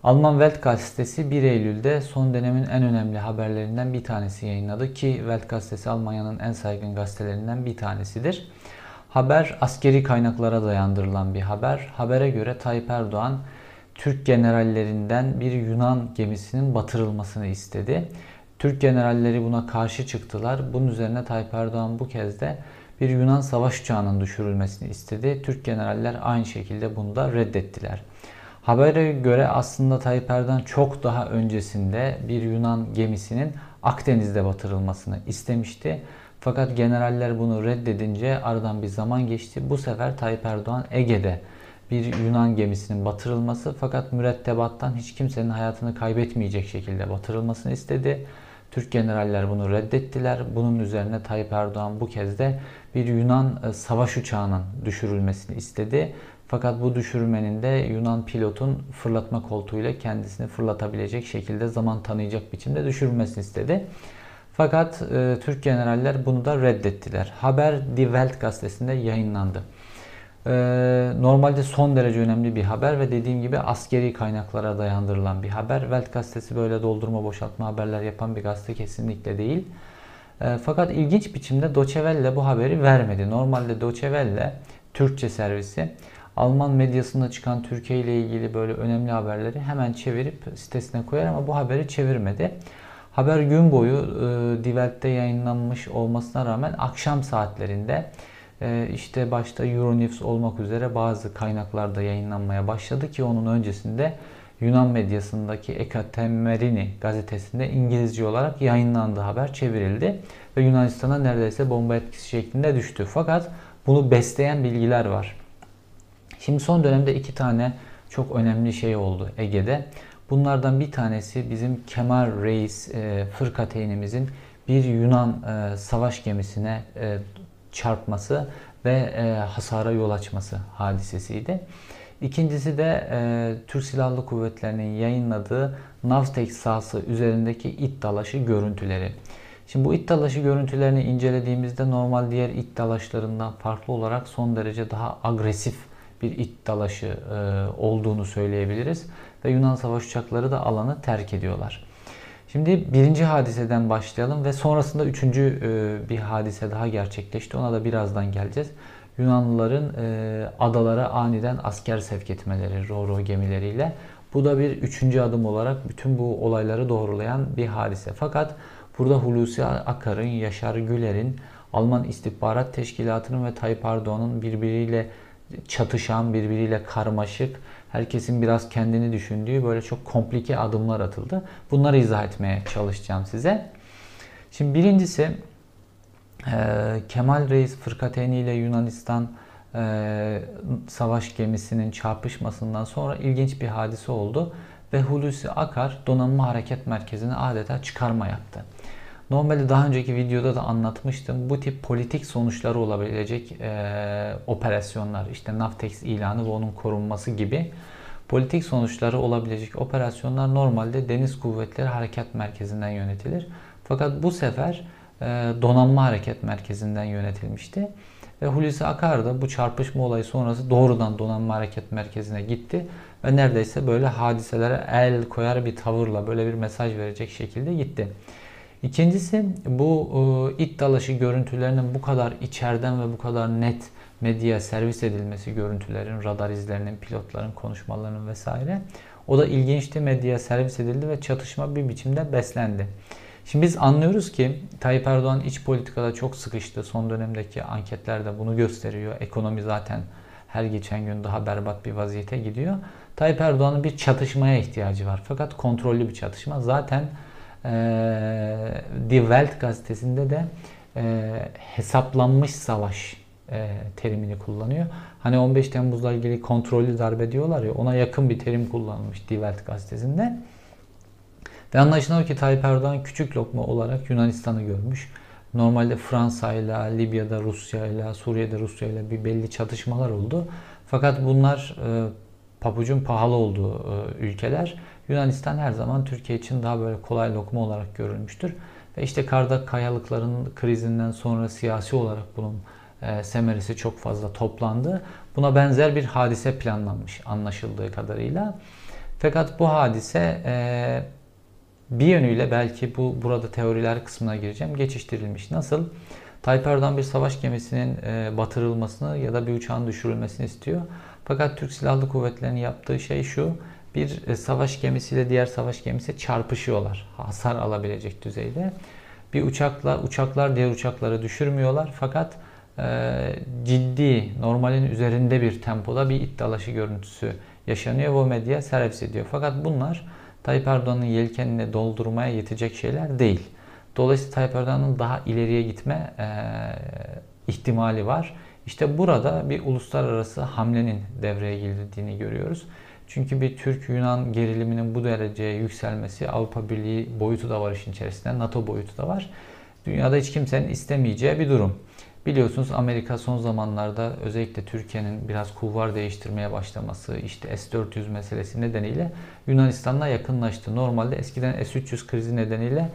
Alman Welt gazetesi 1 Eylül'de son dönemin en önemli haberlerinden bir tanesi yayınladı ki Welt gazetesi Almanya'nın en saygın gazetelerinden bir tanesidir. Haber askeri kaynaklara dayandırılan bir haber. Habere göre Tayyip Erdoğan Türk generallerinden bir Yunan gemisinin batırılmasını istedi. Türk generalleri buna karşı çıktılar. Bunun üzerine Tayyip Erdoğan bu kez de bir Yunan savaş uçağının düşürülmesini istedi. Türk generaller aynı şekilde bunu da reddettiler. Habere göre aslında Tayyip Erdoğan çok daha öncesinde bir Yunan gemisinin Akdeniz'de batırılmasını istemişti. Fakat generaller bunu reddedince aradan bir zaman geçti. Bu sefer Tayyip Erdoğan Ege'de bir Yunan gemisinin batırılması fakat mürettebattan hiç kimsenin hayatını kaybetmeyecek şekilde batırılmasını istedi. Türk generaller bunu reddettiler. Bunun üzerine Tayyip Erdoğan bu kez de bir Yunan savaş uçağının düşürülmesini istedi. Fakat bu düşürmenin de Yunan pilotun fırlatma koltuğuyla kendisini fırlatabilecek şekilde zaman tanıyacak biçimde düşürülmesini istedi. Fakat Türk generaller bunu da reddettiler. Haber Die Welt gazetesinde yayınlandı. Normalde son derece önemli bir haber ve dediğim gibi askeri kaynaklara dayandırılan bir haber. Welt gazetesi böyle doldurma boşaltma haberler yapan bir gazete kesinlikle değil. Fakat ilginç biçimde Deutsche Welle bu haberi vermedi. Normalde Deutsche Welle Türkçe servisi Alman medyasında çıkan Türkiye ile ilgili böyle önemli haberleri hemen çevirip sitesine koyar ama bu haberi çevirmedi. Haber gün boyu Die Welt'te yayınlanmış olmasına rağmen akşam saatlerinde işte başta Euronews olmak üzere bazı kaynaklarda yayınlanmaya başladı ki onun öncesinde Yunan medyasındaki Ekatemerini gazetesinde İngilizce olarak yayınlandı, haber çevrildi ve Yunanistan'a neredeyse bomba etkisi şeklinde düştü. Fakat bunu besleyen bilgiler var. Şimdi son dönemde iki tane çok önemli şey oldu Ege'de. Bunlardan bir tanesi bizim Kemal Reis fırkateynimizin bir Yunan savaş gemisine çarpması ve hasara yol açması hadisesiydi. İkincisi de Türk Silahlı Kuvvetleri'nin yayınladığı Navtex sahası üzerindeki it dalaşı görüntüleri. Şimdi bu it dalaşı görüntülerini incelediğimizde normal diğer it dalaşlarından farklı olarak son derece daha agresif bir it dalaşı olduğunu söyleyebiliriz. Ve Yunan savaş uçakları da alanı terk ediyorlar. Şimdi birinci hadiseden başlayalım ve sonrasında üçüncü bir hadise daha gerçekleşti. Ona da birazdan geleceğiz. Yunanlıların adalara aniden asker sevk etmeleri Ro-Ro gemileriyle. Bu da bir üçüncü adım olarak bütün bu olayları doğrulayan bir hadise. Fakat burada Hulusi Akar'ın, Yaşar Güler'in, Alman İstihbarat Teşkilatı'nın ve Tayyip Erdoğan'ın birbiriyle çatışan, birbiriyle karmaşık, herkesin biraz kendini düşündüğü böyle çok komplike adımlar atıldı. Bunları izah etmeye çalışacağım size. Şimdi birincisi Kemal Reis fırkateyni ile Yunanistan savaş gemisinin çarpışmasından sonra ilginç bir hadise oldu ve Hulusi Akar Donanma Hareket Merkezi'ne adeta çıkarma yaptı. Normalde daha önceki videoda da anlatmıştım. Bu tip politik sonuçları olabilecek operasyonlar, işte Navtex ilanı ve onun korunması gibi politik sonuçları olabilecek operasyonlar normalde Deniz Kuvvetleri Harekat Merkezi'nden yönetilir. Fakat bu sefer Donanma Hareket Merkezi'nden yönetilmişti. Ve Hulusi Akar da bu çarpışma olayı sonrası doğrudan Donanma Hareket Merkezi'ne gitti ve neredeyse böyle hadiselere el koyar bir tavırla böyle bir mesaj verecek şekilde gitti. İkincisi bu it dalaşı görüntülerinin bu kadar içeriden ve bu kadar net medyaya servis edilmesi, görüntülerin, radar izlerinin, pilotların konuşmalarının vesaire. O da ilginçti, medyaya servis edildi ve çatışma bir biçimde beslendi. Şimdi biz anlıyoruz ki Tayyip Erdoğan iç politikada çok sıkıştı. Son dönemdeki anketler de bunu gösteriyor. Ekonomi zaten her geçen gün daha berbat bir vaziyete gidiyor. Tayyip Erdoğan'ın bir çatışmaya ihtiyacı var. Fakat kontrollü bir çatışma. Zaten Die Welt gazetesinde de hesaplanmış savaş terimini kullanıyor. Hani 15 Temmuz'la ilgili kontrollü darbe diyorlar ya, ona yakın bir terim kullanılmış Die Welt gazetesinde. Ve anlaşılan ki Tayyip Erdoğan küçük lokma olarak Yunanistan'ı görmüş. Normalde Fransa'yla, Libya'da Rusya'yla, Suriye'de Rusya'yla bir belli çatışmalar oldu. Fakat bunlar pabucun pahalı olduğu ülkeler. Yunanistan her zaman Türkiye için daha böyle kolay lokma olarak görülmüştür. Ve işte Kardak Kayalıkların krizinden sonra siyasi olarak bunun semeresi çok fazla toplandı. Buna benzer bir hadise planlanmış anlaşıldığı kadarıyla. Fakat bu hadise bir yönüyle belki burada teoriler kısmına gireceğim, geçiştirilmiş. Nasıl? Tayyip Erdoğan bir savaş gemisinin batırılmasını ya da bir uçağın düşürülmesini istiyor. Fakat Türk Silahlı Kuvvetleri'nin yaptığı şey şu: bir savaş gemisiyle diğer savaş gemisi çarpışıyorlar. Hasar alabilecek düzeyde. Bir uçaklar diğer uçakları düşürmüyorlar. Fakat ciddi, normalin üzerinde bir tempoda bir it dalaşı görüntüsü yaşanıyor ve o medya servis ediyor. Fakat bunlar Tayyip Erdoğan'ın yelkenini doldurmaya yetecek şeyler değil. Dolayısıyla Tayyip Erdoğan'ın daha ileriye gitme ihtimali var. İşte burada bir uluslararası hamlenin devreye girdiğini görüyoruz. Çünkü bir Türk-Yunan geriliminin bu dereceye yükselmesi, Avrupa Birliği boyutu da var işin içerisinde, NATO boyutu da var. Dünyada hiç kimsenin istemeyeceği bir durum. Biliyorsunuz Amerika son zamanlarda özellikle Türkiye'nin biraz kulvar değiştirmeye başlaması, işte S-400 meselesi nedeniyle Yunanistan'la yakınlaştı. Normalde eskiden S-300 krizi nedeniyle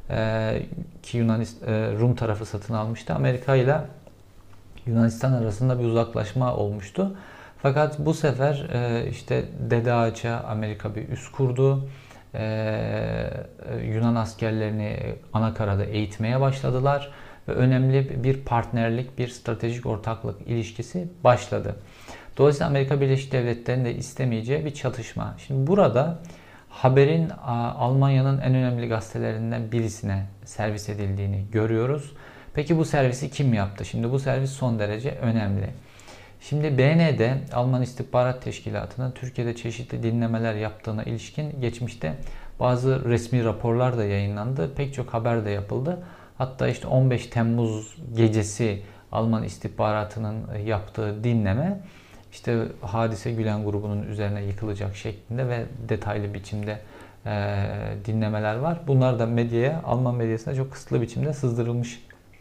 ki Rum tarafı satın almıştı. Amerika ile Yunanistan arasında bir uzaklaşma olmuştu. Fakat bu sefer işte Dede Ağaç'a Amerika bir üs kurdu. Yunan askerlerini anakarada eğitmeye başladılar ve önemli bir partnerlik, bir stratejik ortaklık ilişkisi başladı. Dolayısıyla Amerika Birleşik Devletleri'nin de istemeyeceği bir çatışma. Şimdi burada haberin Almanya'nın en önemli gazetelerinden birisine servis edildiğini görüyoruz. Peki bu servisi kim yaptı? Şimdi bu servis son derece önemli. Şimdi BND, Alman İstihbarat Teşkilatı'nın Türkiye'de çeşitli dinlemeler yaptığına ilişkin geçmişte bazı resmi raporlar da yayınlandı. Pek çok haber de yapıldı. Hatta işte 15 Temmuz gecesi Alman istihbaratının yaptığı dinleme işte Hadise Gülen grubunun üzerine yıkılacak şeklinde ve detaylı biçimde dinlemeler var. Bunlar da medyaya, Alman medyasına çok kısıtlı biçimde sızdırılmış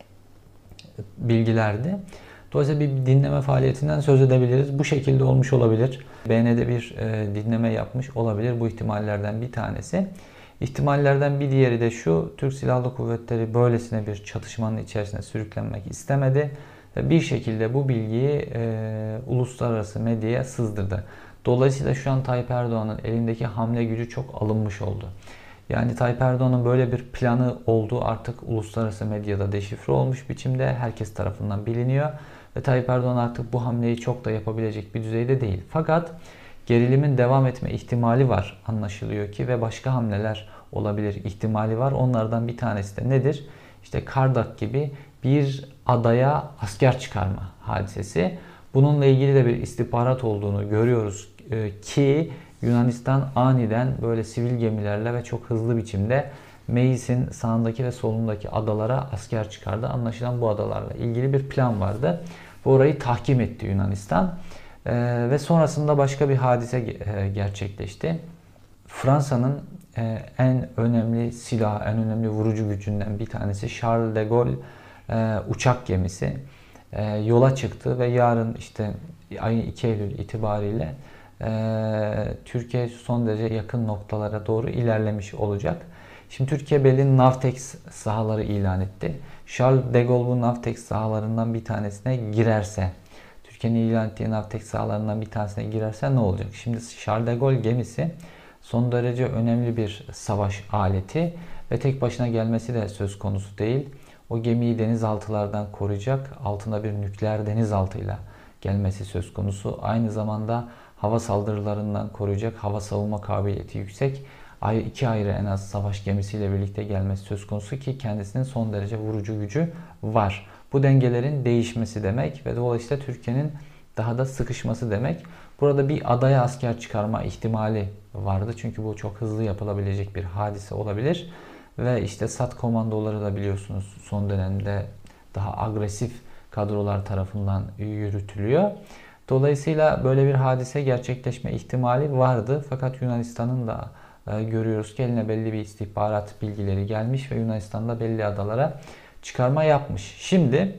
bilgilerdi. Dolayısıyla bir dinleme faaliyetinden söz edebiliriz. Bu şekilde olmuş olabilir. BN'de bir dinleme yapmış olabilir. Bu ihtimallerden bir tanesi. İhtimallerden bir diğeri de şu: Türk Silahlı Kuvvetleri böylesine bir çatışmanın içerisine sürüklenmek istemedi ve bir şekilde bu bilgiyi uluslararası medyaya sızdırdı. Dolayısıyla şu an Tayyip Erdoğan'ın elindeki hamle gücü çok alınmış oldu. Yani Tayyip Erdoğan'ın böyle bir planı olduğu artık uluslararası medyada deşifre olmuş biçimde herkes tarafından biliniyor. Ve Tayyip Erdoğan artık bu hamleyi çok da yapabilecek bir düzeyde değil. Fakat gerilimin devam etme ihtimali var anlaşılıyor ki ve başka hamleler olabilir ihtimali var. Onlardan bir tanesi de nedir? İşte Kardak gibi bir adaya asker çıkarma hadisesi. Bununla ilgili de bir istihbarat olduğunu görüyoruz ki Yunanistan aniden böyle sivil gemilerle ve çok hızlı biçimde Meis'in sağındaki ve solundaki adalara asker çıkardı. Anlaşılan bu adalarla ilgili bir plan vardı. Bu orayı tahkim etti Yunanistan. Ve sonrasında başka bir hadise gerçekleşti. Fransa'nın en önemli silahı, en önemli vurucu gücünden bir tanesi Charles de Gaulle uçak gemisi yola çıktı ve yarın işte ayın 2 Eylül itibariyle Türkiye son derece yakın noktalara doğru ilerlemiş olacak. Şimdi Türkiye belli Navtex sahaları ilan etti. Charles de Gaulle bu Navtex sahalarından bir tanesine girerse, Türkiye'nin ilan ettiği Navtex sahalarından bir tanesine girerse ne olacak? Şimdi Charles de Gaulle gemisi son derece önemli bir savaş aleti ve tek başına gelmesi de söz konusu değil. O gemiyi denizaltılardan koruyacak, altında bir nükleer denizaltıyla gelmesi söz konusu. Aynı zamanda hava saldırılarından koruyacak, hava savunma kabiliyeti yüksek, iki ayrı en az savaş gemisiyle birlikte gelmesi söz konusu ki kendisinin son derece vurucu gücü var. Bu dengelerin değişmesi demek ve dolayısıyla Türkiye'nin daha da sıkışması demek. Burada bir adaya asker çıkarma ihtimali vardı. Çünkü bu çok hızlı yapılabilecek bir hadise olabilir. Ve işte SAT komandoları da biliyorsunuz son dönemde daha agresif kadrolar tarafından yürütülüyor. Dolayısıyla böyle bir hadise gerçekleşme ihtimali vardı. Fakat Yunanistan'ın da görüyoruz ki eline belli bir istihbarat bilgileri gelmiş ve Yunanistan'da belli adalara çıkarma yapmış. Şimdi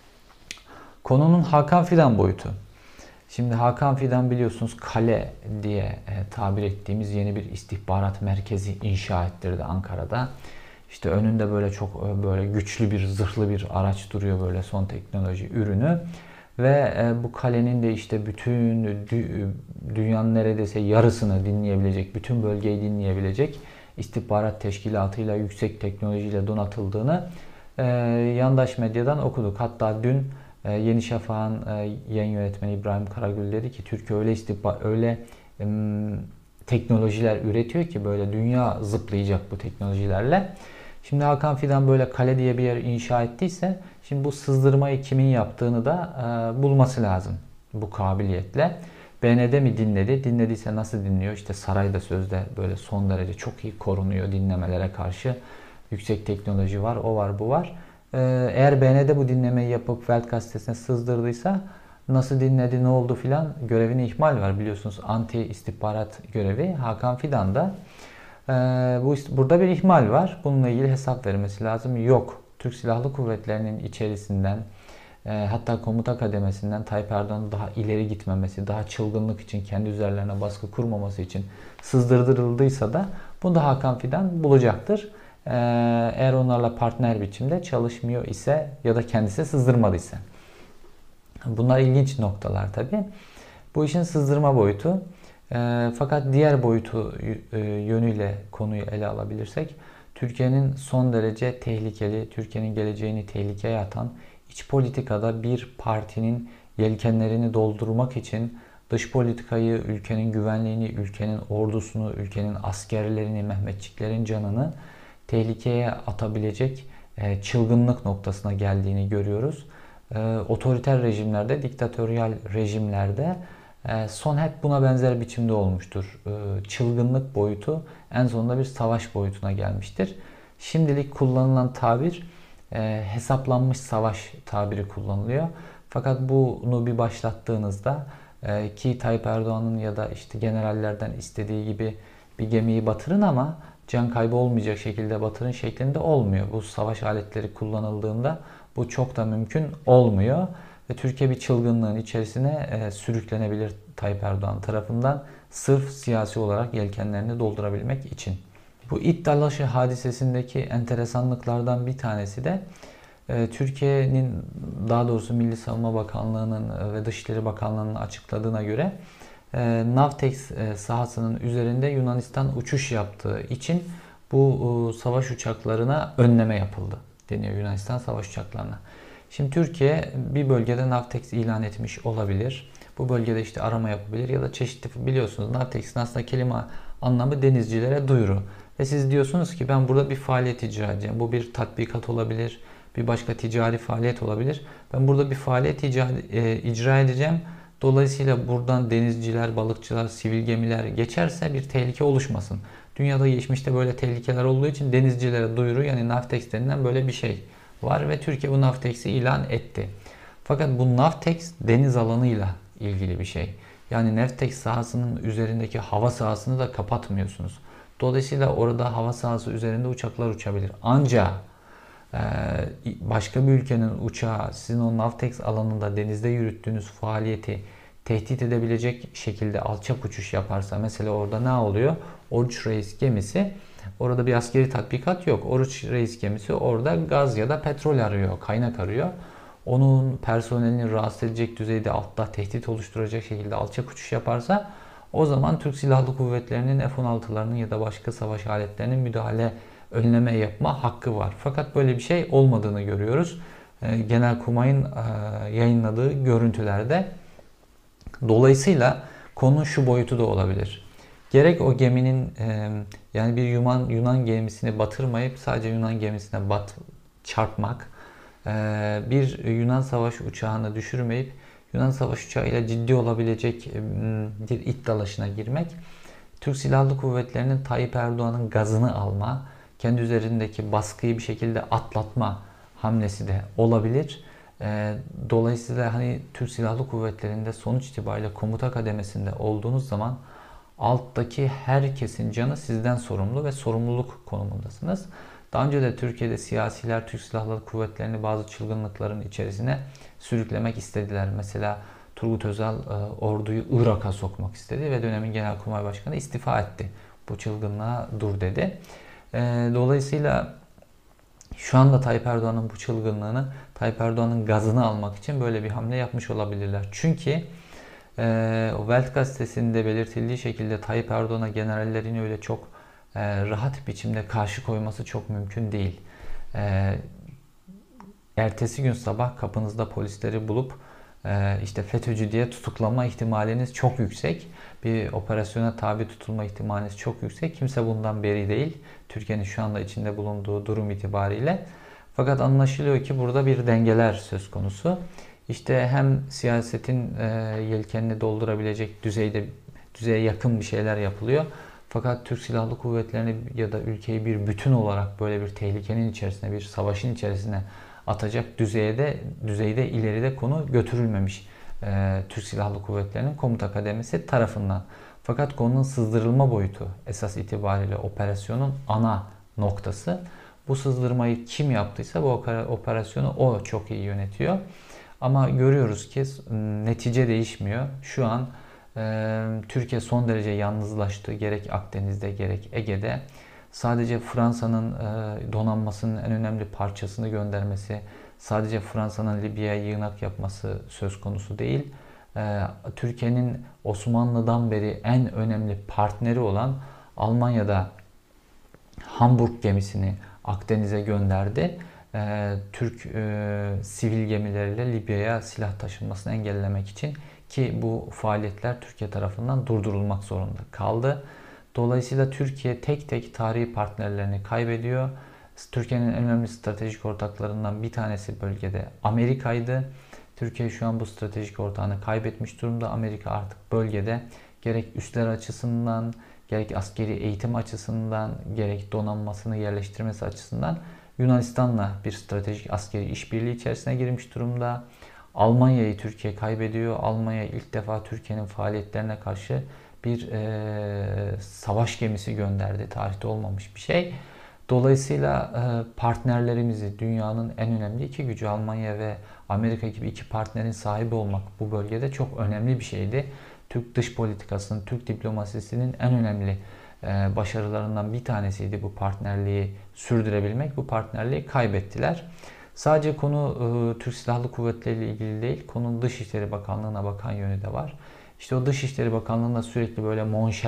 konunun Hakan Fidan boyutu. Şimdi Hakan Fidan biliyorsunuz Kale diye tabir ettiğimiz yeni bir istihbarat merkezi inşa ettirdi Ankara'da. İşte önünde böyle çok böyle güçlü bir zırhlı bir araç duruyor, böyle son teknoloji ürünü. Ve bu kalenin de işte bütün dünyanın neredeyse yarısını dinleyebilecek, bütün bölgeyi dinleyebilecek istihbarat teşkilatıyla, yüksek teknolojiyle donatıldığını yandaş medyadan okuduk. Hatta dün Yeni Şafak'ın yayın yönetmeni İbrahim Karagül dedi ki Türkiye öyle teknolojiler üretiyor ki böyle dünya zıplayacak bu teknolojilerle. Şimdi Hakan Fidan böyle kale diye bir yer inşa ettiyse şimdi bu sızdırmayı kimin yaptığını da bulması lazım bu kabiliyetle. BND mi dinledi? Dinlediyse nasıl dinliyor? İşte sarayda sözde böyle son derece çok iyi korunuyor dinlemelere karşı. Yüksek teknoloji var, o var, bu var. Eğer BND bu dinlemeyi yapıp Welt gazetesine sızdırdıysa nasıl dinledi, ne oldu filan görevine ihmal var. Biliyorsunuz anti istihbarat görevi Hakan Fidan'da. Burada bir ihmal var. Bununla ilgili hesap vermesi lazım. Yok. Türk Silahlı Kuvvetleri'nin içerisinden hatta komuta kademesinden Tayyip Erdoğan'ın daha ileri gitmemesi, daha çılgınlık için kendi üzerlerine baskı kurmaması için sızdırıldıysa da bunu da Hakan Fidan bulacaktır. Eğer onlarla partner biçimde çalışmıyor ise ya da kendisi sızdırmadıysa. Bunlar ilginç noktalar tabii. Bu işin sızdırma boyutu. Fakat diğer boyutu yönüyle konuyu ele alabilirsek Türkiye'nin son derece tehlikeli, Türkiye'nin geleceğini tehlikeye atan iç politikada bir partinin yelkenlerini doldurmak için dış politikayı, ülkenin güvenliğini, ülkenin ordusunu, ülkenin askerlerini, Mehmetçiklerin canını tehlikeye atabilecek çılgınlık noktasına geldiğini görüyoruz. Otoriter rejimlerde, diktatöryal rejimlerde son hep buna benzer biçimde olmuştur. Çılgınlık boyutu en sonunda bir savaş boyutuna gelmiştir. Şimdilik kullanılan tabir hesaplanmış savaş tabiri kullanılıyor. Fakat bunu bir başlattığınızda ki Tayyip Erdoğan'ın ya da işte generallerden istediği gibi bir gemiyi batırın ama can kaybı olmayacak şekilde batırın şeklinde olmuyor. Bu savaş aletleri kullanıldığında bu çok da mümkün olmuyor. Ve Türkiye bir çılgınlığın içerisine sürüklenebilir Tayyip Erdoğan tarafından sırf siyasi olarak yelkenlerini doldurabilmek için. Bu it dalaşı hadisesindeki enteresanlıklardan bir tanesi de Türkiye'nin daha doğrusu Milli Savunma Bakanlığı'nın ve Dışişleri Bakanlığı'nın açıkladığına göre Navtex sahasının üzerinde Yunanistan uçuş yaptığı için bu savaş uçaklarına önleme yapıldı deniyor Yunanistan savaş uçaklarına. Şimdi Türkiye bir bölgede Navtex ilan etmiş olabilir. Bu bölgede işte arama yapabilir ya da çeşitli biliyorsunuz Navtex'in aslında kelime anlamı denizcilere duyuru. Ve siz diyorsunuz ki ben burada bir faaliyet icra edeceğim. Bu bir tatbikat olabilir, bir başka ticari faaliyet olabilir. Ben burada bir faaliyet icra edeceğim. Dolayısıyla buradan denizciler, balıkçılar, sivil gemiler geçerse bir tehlike oluşmasın. Dünyada geçmişte böyle tehlikeler olduğu için denizcilere duyuru yani Navtex denilen böyle bir şey var ve Türkiye bu Navtex'i ilan etti. Fakat bu Navtex deniz alanıyla ilgili bir şey. Yani Navtex sahasının üzerindeki hava sahasını da kapatmıyorsunuz. Dolayısıyla orada hava sahası üzerinde uçaklar uçabilir. Ancak başka bir ülkenin uçağı sizin o Navtex alanında denizde yürüttüğünüz faaliyeti tehdit edebilecek şekilde alçak uçuş yaparsa mesela orada ne oluyor? Oruç Reis gemisi orada bir askeri tatbikat yok. Oruç Reis gemisi orada gaz ya da petrol arıyor, kaynak arıyor. Onun personelini rahatsız edecek düzeyde altta tehdit oluşturacak şekilde alçak uçuş yaparsa o zaman Türk Silahlı Kuvvetleri'nin F-16'larının ya da başka savaş aletlerinin müdahale önleme yapma hakkı var. Fakat böyle bir şey olmadığını görüyoruz. Genelkurmay'ın yayınladığı görüntülerde. Dolayısıyla konunun şu boyutu da olabilir. Gerek o geminin yani bir Yunan gemisini batırmayıp sadece Yunan gemisine çarpmak, bir Yunan savaş uçağını düşürmeyip Yunan savaş uçağıyla ciddi olabilecek bir it dalaşına girmek, Türk Silahlı Kuvvetleri'nin Tayyip Erdoğan'ın gazını alma, kendi üzerindeki baskıyı bir şekilde atlatma hamlesi de olabilir. Dolayısıyla hani Türk Silahlı Kuvvetleri'nde sonuç itibariyle komuta kademesinde olduğunuz zaman alttaki herkesin canı sizden sorumlu ve sorumluluk konumundasınız. Daha önce de Türkiye'de siyasiler Türk Silahlı Kuvvetleri'ni bazı çılgınlıkların içerisine sürüklemek istediler. Mesela Turgut Özal orduyu Irak'a sokmak istedi ve dönemin Genelkurmay Başkanı istifa etti. Bu çılgınlığa dur dedi. Dolayısıyla Şu anda Tayyip Erdoğan'ın bu çılgınlığını, Tayyip Erdoğan'ın gazını almak için böyle bir hamle yapmış olabilirler. Çünkü o Welt gazetesinde belirtildiği şekilde Tayyip Erdoğan'a generallerin öyle çok rahat biçimde karşı koyması çok mümkün değil. E, Ertesi gün sabah kapınızda polisleri bulup işte FETÖ'cü diye tutuklama ihtimaliniz çok yüksek. Bir operasyona tabi tutulma ihtimaliniz çok yüksek. Kimse bundan beri değil. Türkiye'nin şu anda içinde bulunduğu durum itibariyle. Fakat anlaşılıyor ki burada bir dengeler söz konusu. İşte hem siyasetin yelkenini doldurabilecek düzeye yakın bir şeyler yapılıyor. Fakat Türk Silahlı Kuvvetleri'ni ya da ülkeyi bir bütün olarak böyle bir tehlikenin içerisine, bir savaşın içerisine atacak düzeyde ileride konu götürülmemiş Türk Silahlı Kuvvetleri'nin komuta kademesi tarafından. Fakat konunun sızdırılma boyutu esas itibariyle operasyonun ana noktası. Bu sızdırmayı kim yaptıysa bu operasyonu o çok iyi yönetiyor. Ama görüyoruz ki netice değişmiyor. Şu an Türkiye son derece yalnızlaştı. Gerek Akdeniz'de gerek Ege'de. Sadece Fransa'nın donanmasının en önemli parçasını göndermesi, sadece Fransa'nın Libya'ya yığınak yapması söz konusu değil. Türkiye'nin Osmanlı'dan beri en önemli partneri olan Almanya'da Hamburg gemisini Akdeniz'e gönderdi. Türk sivil gemileriyle Libya'ya silah taşınmasını engellemek için, ki bu faaliyetler Türkiye tarafından durdurulmak zorunda kaldı. Dolayısıyla Türkiye tek tek tarihi partnerlerini kaybediyor. Türkiye'nin en önemli stratejik ortaklarından bir tanesi bölgede Amerika'ydı. Türkiye şu an bu stratejik ortağını kaybetmiş durumda. Amerika artık bölgede gerek üsler açısından, gerek askeri eğitim açısından, gerek donanmasını yerleştirmesi açısından Yunanistan'la bir stratejik askeri işbirliği içerisine girmiş durumda. Almanya'yı Türkiye kaybediyor. Almanya ilk defa Türkiye'nin faaliyetlerine karşı bir savaş gemisi gönderdi. Tarihte olmamış bir şey. Dolayısıyla partnerlerimizi, dünyanın en önemli iki gücü Almanya ve Amerika gibi iki partnerin sahibi olmak bu bölgede çok önemli bir şeydi. Türk dış politikasının, Türk diplomasisinin en önemli başarılarından bir tanesiydi bu partnerliği sürdürebilmek. Bu partnerliği kaybettiler. Sadece konu Türk Silahlı Kuvvetleri ile ilgili değil, konunun Dışişleri Bakanlığı'na bakan yönü de var. İşte o Dışişleri Bakanlığı'nda sürekli böyle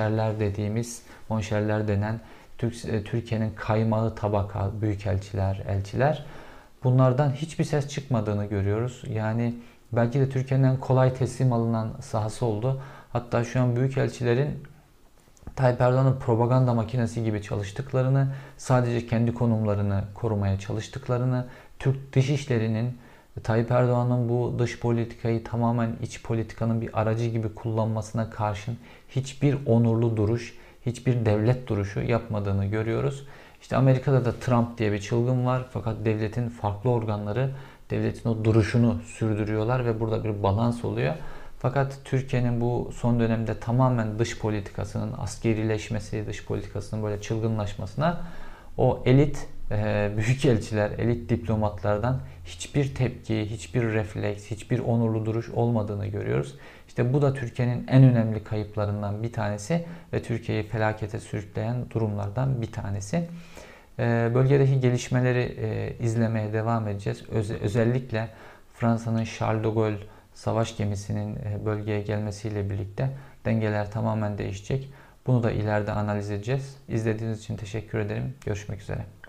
monşerler denen Türkiye'nin kaymağı tabaka, büyükelçiler, elçiler, bunlardan hiçbir ses çıkmadığını görüyoruz. Yani belki de Türkiye'nin en kolay teslim alınan sahası oldu. Hatta şu an büyükelçilerin Tayyip Erdoğan'ın propaganda makinesi gibi çalıştıklarını, sadece kendi konumlarını korumaya çalıştıklarını, Türk dışişlerinin Tayyip Erdoğan'ın bu dış politikayı tamamen iç politikanın bir aracı gibi kullanmasına karşın hiçbir onurlu duruş, hiçbir devlet duruşu yapmadığını görüyoruz. İşte Amerika'da da Trump diye bir çılgın var, fakat devletin farklı organları devletin o duruşunu sürdürüyorlar ve burada bir balans oluyor. Fakat Türkiye'nin bu son dönemde tamamen dış politikasının askerileşmesi, dış politikasının böyle çılgınlaşmasına o elit büyükelçiler, elit diplomatlardan hiçbir tepki, hiçbir refleks, hiçbir onurlu duruş olmadığını görüyoruz. İşte bu da Türkiye'nin en önemli kayıplarından bir tanesi ve Türkiye'yi felakete sürükleyen durumlardan bir tanesi. Bölgedeki gelişmeleri izlemeye devam edeceğiz. Özellikle Fransa'nın Charles de Gaulle savaş gemisinin bölgeye gelmesiyle birlikte dengeler tamamen değişecek. Bunu da ileride analiz edeceğiz. İzlediğiniz için teşekkür ederim. Görüşmek üzere.